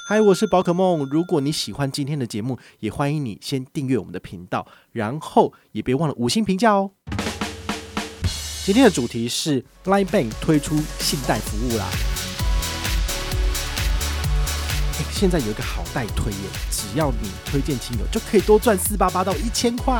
嗨，我是宝可梦。如果你喜欢今天的节目，也欢迎你先订阅我们的频道，然后也别忘了5星评价哦。今天的主题是 LINE Bank 推出信贷服务啦。现在有一个好贷推耶，只要你推荐亲友，就可以多赚488到1000块。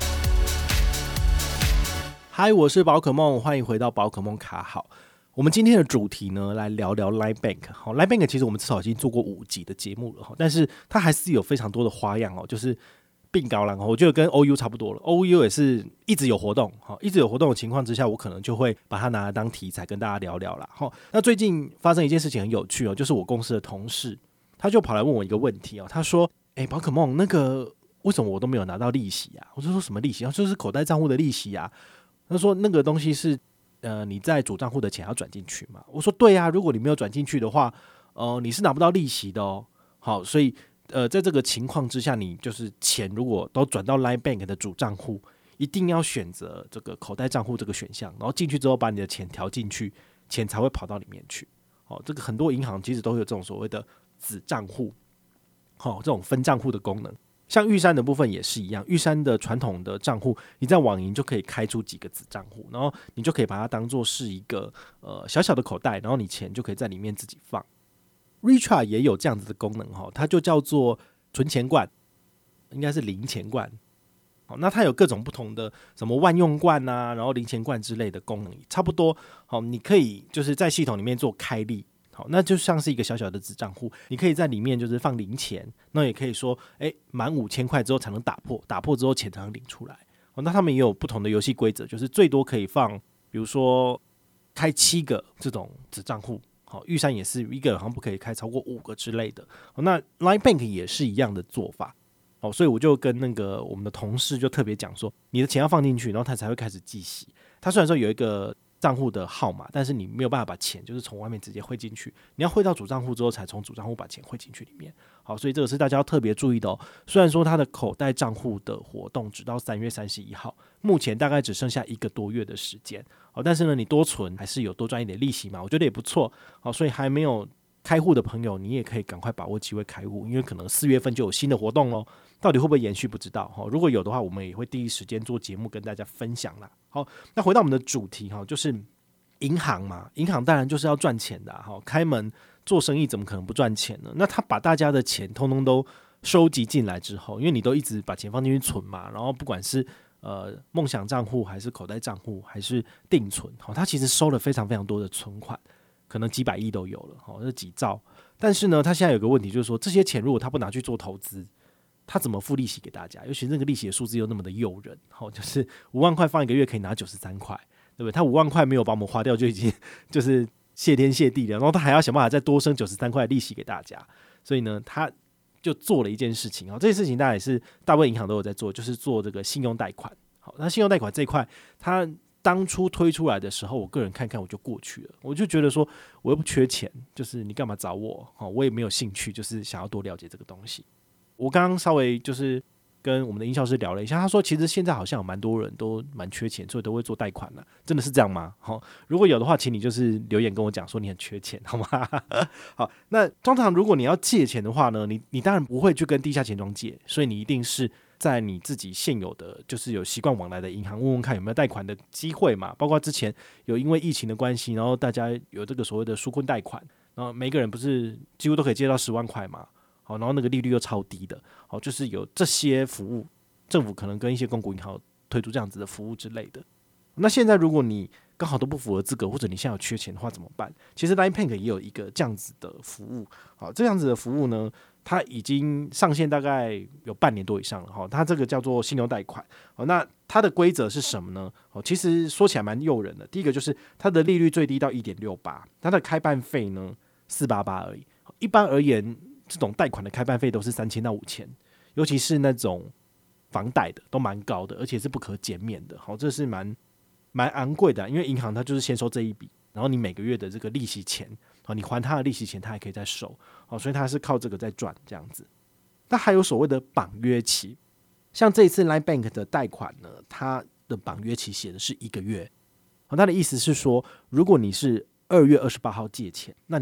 嗨，我是宝可梦，欢迎回到宝可梦卡好。我们今天的主题呢，来聊聊 LINE Bank。好 ，LINE Bank 其实我们至少已经做过5集的节目了，但是它还是有非常多的花样哦，就是并高啦，我觉得跟 OU 差不多了。OU 也是一直有活动，一直有活动的情况之下，我可能就会把它拿来当题材跟大家聊聊啦。那最近发生一件事情很有趣哦，就是我公司的同事他就跑来问我一个问题哦，他说：“宝可梦，那个为什么我都没有拿到利息啊？”我就说：“什么利息？”就是口袋账户的利息啊。他说：“那个东西是。”你在主账户的钱要转进去嘛？我说对啊，如果你没有转进去的话，你是拿不到利息的哦。好，所以在这个情况之下，你就是钱如果都转到 LINE Bank 的主账户，一定要选择这个口袋账户这个选项，然后进去之后把你的钱调进去，钱才会跑到里面去。好，这个很多银行其实都有这种所谓的子账户，这种分账户的功能。像玉山的部分也是一样，玉山的传统的账户，你在网银就可以开出几个子账户，然后你就可以把它当做是一个小小的口袋，然后你钱就可以在里面自己放。Richart 也有这样子的功能，它就叫做存钱罐，应该是零钱罐。好，那它有各种不同的什么万用罐啊，然后零钱罐之类的功能，差不多。好，你可以就是在系统里面做开立。好，那就像是一个小小的子账户，你可以在里面就是放零钱，那也可以说，满5000块之后才能打破，打破之后钱才能领出来。那他们也有不同的游戏规则，就是最多可以放，比如说开7个这种子账户。好，玉山也是一个好像不可以开超过5个之类的。那 LINE Bank 也是一样的做法。所以我就跟那个我们的同事就特别讲说，你的钱要放进去，然后他才会开始计息。他虽然说有一个账户的号码，但是你没有办法把钱就是从外面直接汇进去，你要汇到主账户之后才从主账户把钱汇进去里面。好，所以这个是大家要特别注意的哦。虽然说它的口袋账户的活动直到3月31号，目前大概只剩下1个多月的时间。好，但是呢，你多存还是有多赚一点利息嘛，我觉得也不错。好，所以还没有开户的朋友，你也可以赶快把握机会开户，因为可能4月份就有新的活动咯。到底会不会延续不知道，如果有的话，我们也会第一时间做节目跟大家分享啦。好，那回到我们的主题，就是银行嘛，银行当然就是要赚钱的，开门做生意怎么可能不赚钱呢？那他把大家的钱通通都收集进来之后，因为你都一直把钱放进去存嘛，然后不管是梦想账户还是口袋账户还是定存，他其实收了非常非常多的存款，可能几百亿都有了，这几兆。但是呢，他现在有个问题，就是说这些钱如果他不拿去做投资，他怎么付利息给大家？尤其那个利息的数字又那么的诱人，就是5万块放1个月可以拿93块，对不对？他5万块没有把我们花掉，就已经就是谢天谢地了。然后他还要想办法再多生93块的利息给大家，所以呢，他就做了一件事情。这件事情大概也是大部分银行都有在做，就是做这个信用贷款。好，那信用贷款这一块，他当初推出来的时候，我个人看看我就过去了，我就觉得说我又不缺钱，就是你干嘛找我？我也没有兴趣，就是想要多了解这个东西。我刚刚稍微就是跟我们的营销师聊了一下，他说其实现在好像有蛮多人都蛮缺钱，所以都会做贷款了，真的是这样吗？如果有的话，请你就是留言跟我讲说你很缺钱，好吗？好，那通常如果你要借钱的话呢，你当然不会去跟地下钱庄借，所以你一定是在你自己现有的就是有习惯往来的银行问问看有没有贷款的机会嘛。包括之前有因为疫情的关系，然后大家有这个所谓的纾困贷款，然后每个人不是几乎都可以借到10万块嘛。好，然后那个利率又超低的，好，就是有这些服务，政府可能跟一些公股银行推出这样子的服务之类的。那现在如果你刚好都不符合资格，或者你现在有缺钱的话怎么办？其实 LINE Bank 也有一个这样子的服务。好，这样子的服务呢，它已经上线大概有半年多以上了。它这个叫做信用贷款。好，那它的规则是什么呢？其实说起来蛮诱人的。第一个就是它的利率最低到 1.68%， 它的开办费呢488而已。一般而言，这种贷款的开办费都是3000到5000，尤其是那种房贷的都蛮高的，而且是不可减免的。好，这是蛮昂贵的，因为银行它就是先收这一笔，然后你每个月的这个利息钱，你还他的利息钱，他还可以再收，所以他是靠这个在赚这样子。那还有所谓的绑约期，像这一次 LINE Bank 的贷款呢，它的绑约期写的是1个月。它的意思是说，如果你是2月28号借钱，那你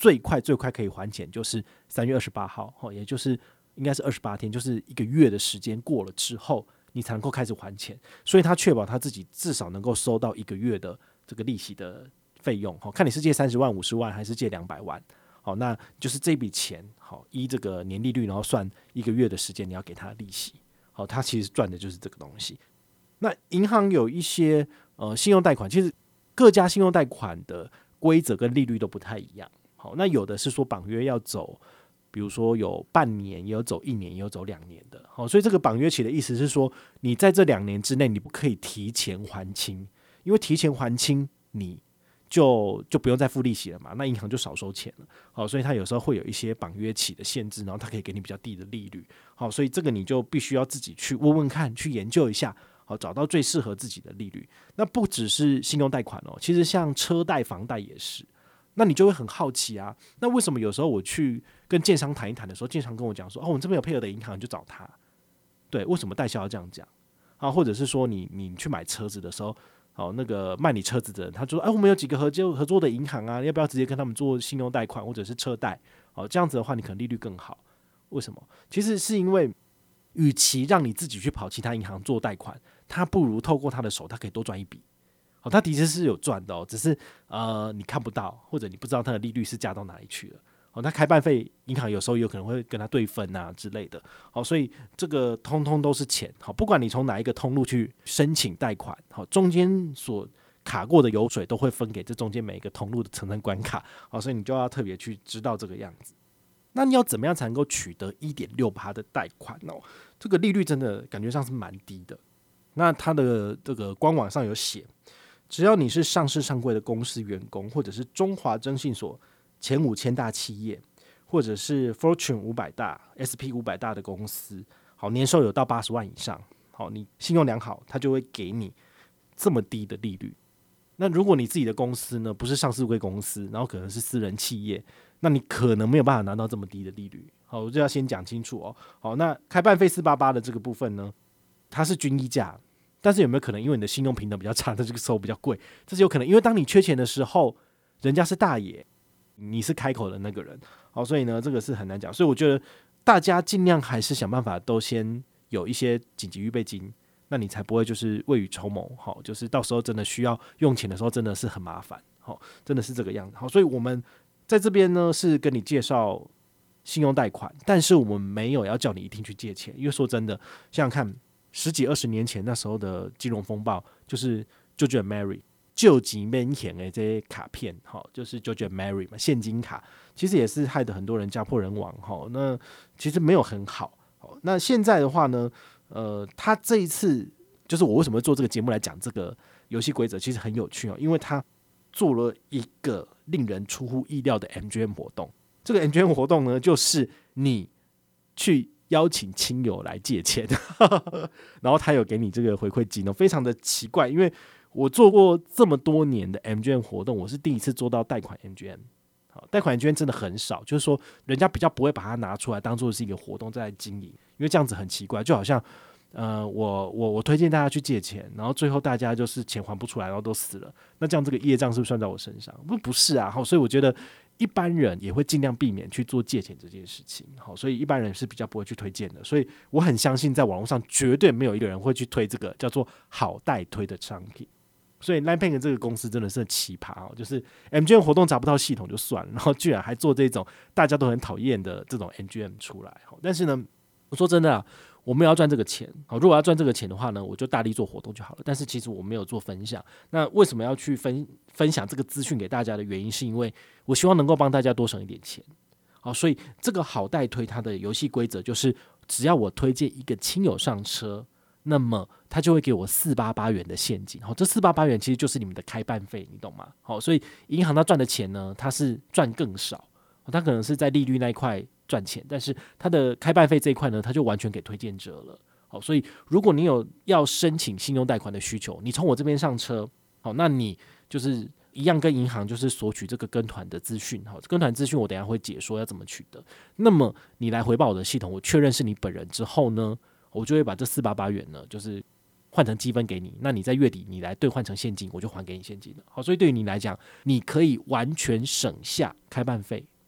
最快可以还钱就是3月28号，也就是应该是28天，就是1个月的时间过了之后，你才能够开始还钱。所以他确保他自己至少能够收到1个月的这个利息的费用，看你是借30万、50万还是借200万。好，那就是这笔钱，好，依这个年利率，然后算1个月的时间，你要给他的利息。好，他其实赚的就是这个东西。那银行有一些信用贷款，其实各家信用贷款的规则跟利率都不太一样。好，那有的是说绑约要走，比如说有半年，也有走1年，也有走2年的。好，所以这个绑约期的意思是说，你在这2年之内，你不可以提前还清，因为提前还清你就不用再付利息了嘛，那银行就少收钱了。好，所以它有时候会有一些绑约期的限制，然后它可以给你比较低的利率。好，所以这个你就必须要自己去问问看，去研究一下，好，找到最适合自己的利率。那不只是信用贷款哦，其实像车贷、房贷也是。那你就会很好奇啊，那为什么有时候我去跟建商谈一谈的时候，建商跟我讲说，我们这边有配合的银行，你就找他。对，为什么代销要这样讲啊？或者是说你去买车子的时候，好，那个卖你车子的人，他就说，我们有几个合作的银行啊，要不要直接跟他们做信用贷款或者是车贷？好，这样子的话，你可能利率更好。为什么？其实是因为，与其让你自己去跑其他银行做贷款，他不如透过他的手，他可以多赚一笔。好，他的确是有赚的只是你看不到，或者你不知道他的利率是加到哪里去了。好，那开办费银行有时候有可能会跟他对分啊之类的。好，所以这个通通都是钱。好，不管你从哪一个通路去申请贷款，好，中间所卡过的油水都会分给这中间每一个通路的层层关卡。好，所以你就要特别去知道这个样子。那你要怎么样才能够取得 1.6% 的贷款呢？这个利率真的感觉上是蛮低的。那它的这个官网上有写，只要你是上市上柜的公司员工，或者是中华征信所前5000大企业，或者是 Fortune 500大、SP 500大的公司，好，年收有到80万以上，好，你信用良好，它就会给你这么低的利率。那如果你自己的公司呢，不是上市柜公司，然后可能是私人企业，那你可能没有办法拿到这么低的利率。好，我就要先讲清楚哦。好，那开办费488的这个部分呢，它是均一价。但是有没有可能因为你的信用评等比较差，它这个收比较贵？这是有可能，因为当你缺钱的时候，人家是大爷，你是开口的那个人。好，所以呢，这个是很难讲。所以我觉得大家尽量还是想办法都先有一些紧急预备金，那你才不会就是未雨绸缪。好，就是到时候真的需要用钱的时候，真的是很麻烦。好，真的是这个样子。好，所以我们在这边呢是跟你介绍信用贷款，但是我们没有要叫你一定去借钱，因为说真的，想想看。10几20年前那时候的金融风暴，就是 George and Mary 救急免险的这些卡片，就是 George and Mary 嘛，现金卡，其实也是害得很多人家破人亡。那其实没有很好。那现在的话呢，他这一次就是我为什么会做这个节目来讲这个游戏规则，其实很有趣因为他做了一个令人出乎意料的 MGM 活动。这个 MGM 活动呢，就是你去邀请亲友来借钱然后他有给你这个回馈金非常的奇怪，因为我做过这么多年的 MGM 活动，我是第一次做到贷款 MGM。 好，贷款 MGM 真的很少，就是说人家比较不会把它拿出来当做是一个活动在经营，因为这样子很奇怪，就好像我推荐大家去借钱，然后最后大家就是钱还不出来，然后都死了，那这样这个业障是不是算在我身上？不是啊。所以我觉得一般人也会尽量避免去做借钱这件事情。好，所以一般人是比较不会去推荐的。所以我很相信在网络上绝对没有一个人会去推这个叫做好贷推的商品。所以 Line Bank 这个公司真的是很奇葩就是 MGM 活动找不到系统就算了，然后居然还做这种大家都很讨厌的这种 MGM 出来。但是呢，我说真的啊，我没有要赚这个钱。好，如果要赚这个钱的话呢，我就大力做活动就好了。但是其实我没有做分享。那为什么要去分享这个资讯给大家的原因，是因为我希望能够帮大家多省一点钱。好，所以这个好贷推它的游戏规则就是，只要我推荐一个亲友上车，那么他就会给我488元的现金。好，这488元其实就是你们的开办费，你懂吗？好，所以银行它赚的钱呢，它是赚更少。它可能是在利率那一块赚钱，但是它的开办费这一块呢，它就完全给推荐者了。好，所以如果你有要申请信用贷款的需求，你从我这边上车，好，那你就是一样跟银行就是索取这个跟团的资讯。好，跟团资讯我等一下会解说要怎么取得。那么你来回报我的系统，我确认是你本人之后呢，我就会把这488元呢，就是换成积分给你。那你在月底你来兑换成现金，我就还给你现金了。好，所以对于你来讲，你可以完全省下开办费，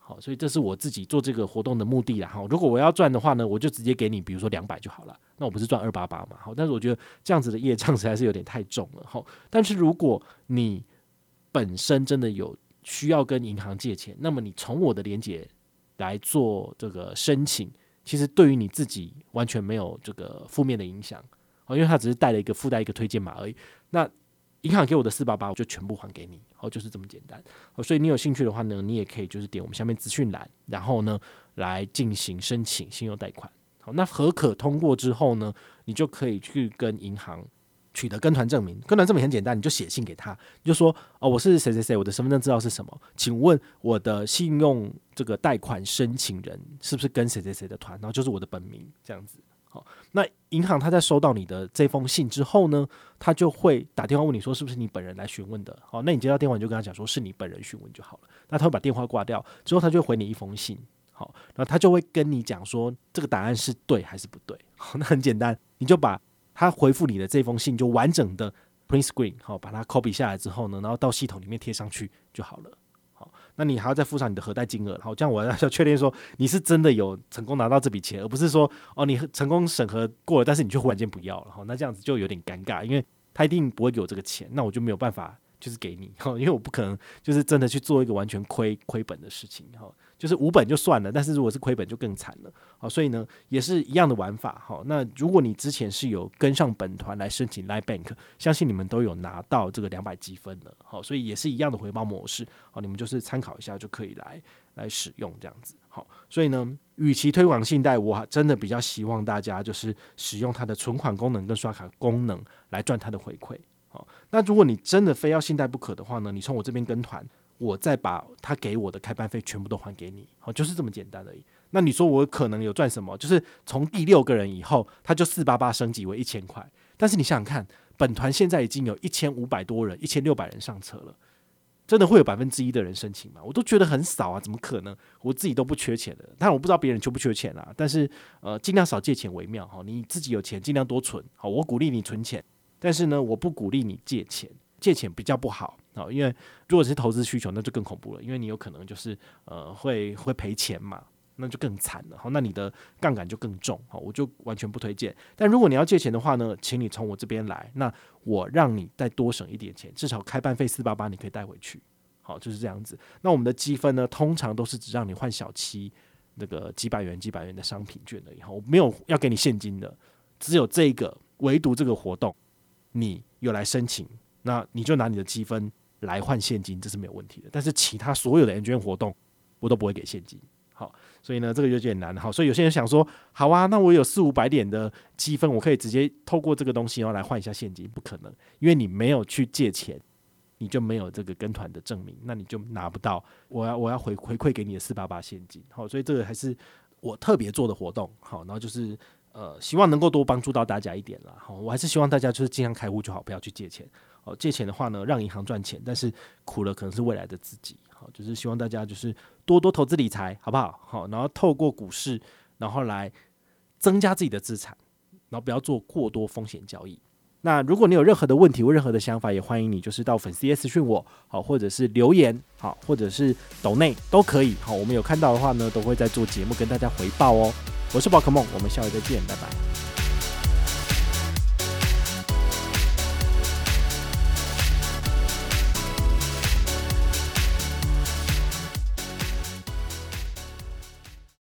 好，所以这是我自己做这个活动的目的啦。好，如果我要赚的话呢，我就直接给你，比如说200就好了。那我不是赚288嘛？好，但是我觉得这样子的业障实在是有点太重了。好，但是如果你本身真的有需要跟银行借钱，那么你从我的连结来做这个申请，其实对于你自己完全没有这个负面的影响，因为它只是附带一个推荐码而已。那银行给我的488，我就全部还给你，就是这么简单。所以你有兴趣的话呢，你也可以就是点我们下面资讯栏，然后呢来进行申请信用贷款。好，那核可通过之后呢，你就可以去跟银行取得跟团证明。跟团证明很简单，你就写信给他，你就说我是谁谁谁，我的身份证资料是什么？请问我的信用这个贷款申请人是不是跟谁谁谁的团？然后就是我的本名这样子。好，那银行他在收到你的这封信之后呢，他就会打电话问你说是不是你本人来询问的。好，那你接到电话你就跟他讲说是你本人询问就好了。那他会把电话挂掉之后，他就会回你一封信。好，然后他就会跟你讲说这个答案是对还是不对。好，那很简单，你就把他回复你的这封信就完整的 print screen， 好，把它 copy 下来之后呢，然后到系统里面贴上去就好了。好，那你还要再附上你的核贷金额。好，这样我要确定说你是真的有成功拿到这笔钱，而不是说你成功审核过了，但是你就忽然间不要了。好，那这样子就有点尴尬，因为他一定不会给我这个钱，那我就没有办法就是给你，因为我不可能就是真的去做一个完全亏本的事情。就是无本就算了，但是如果是亏本就更惨了。好，所以呢也是一样的玩法。好，那如果你之前是有跟上本团来申请 Line Bank， 相信你们都有拿到这个200积分了。好，所以也是一样的回报模式。好，你们就是参考一下就可以来使用这样子。好，所以呢，与其推广信贷，我真的比较希望大家就是使用它的存款功能跟刷卡功能来赚它的回馈。好，那如果你真的非要信贷不可的话呢，你从我这边跟团，我再把他给我的开办费全部都还给你。好，就是这么简单而已。那你说我可能有赚什么？就是从第6个人以后，他就488升级为1000块。但是你想想看，本团现在已经有1500多人，1600人上车了，真的会有1%的人申请吗？我都觉得很少啊，怎么可能？我自己都不缺钱的，当然我不知道别人缺不缺钱啦，但是尽量少借钱为妙。你自己有钱尽量多存。好，我鼓励你存钱，但是呢，我不鼓励你借钱。借钱比较不好，因为如果是投资需求，那就更恐怖了，因为你有可能就是会赔钱嘛，那就更惨了。好，那你的杠杆就更重，好，我就完全不推荐。但如果你要借钱的话呢，请你从我这边来，那我让你再多省一点钱，至少开办费488你可以带回去。好，就是这样子。那我们的积分呢，通常都是只让你换小七那个几百元的商品券而已，我没有要给你现金的，只有这个，唯独这个活动你有来申请，那你就拿你的积分来换现金，这是没有问题的。但是其他所有的 MGM 活动我都不会给现金。好，所以呢这个有点难。好，所以有些人想说，好啊，那我有400-500点的积分，我可以直接透过这个东西然后来换一下现金，不可能，因为你没有去借钱，你就没有这个跟团的证明，那你就拿不到我要回馈给你的488现金。好，所以这个还是我特别做的活动。好，然后就是希望能够多帮助到大家一点啦。好，我还是希望大家就是尽量开户就好，不要去借钱。好，借钱的话呢，让银行赚钱，但是苦了可能是未来的自己。好，就是希望大家就是多多投资理财，好不好？好，然后透过股市，然后来增加自己的资产，然后不要做过多风险交易。那如果你有任何的问题或任何的想法，也欢迎你就是到粉丝页私讯我，好，或者是留言，好，或者是抖内都可以。好，我们有看到的话呢，都会在做节目跟大家回报哦。我是宝可梦，我们下回再见，拜拜。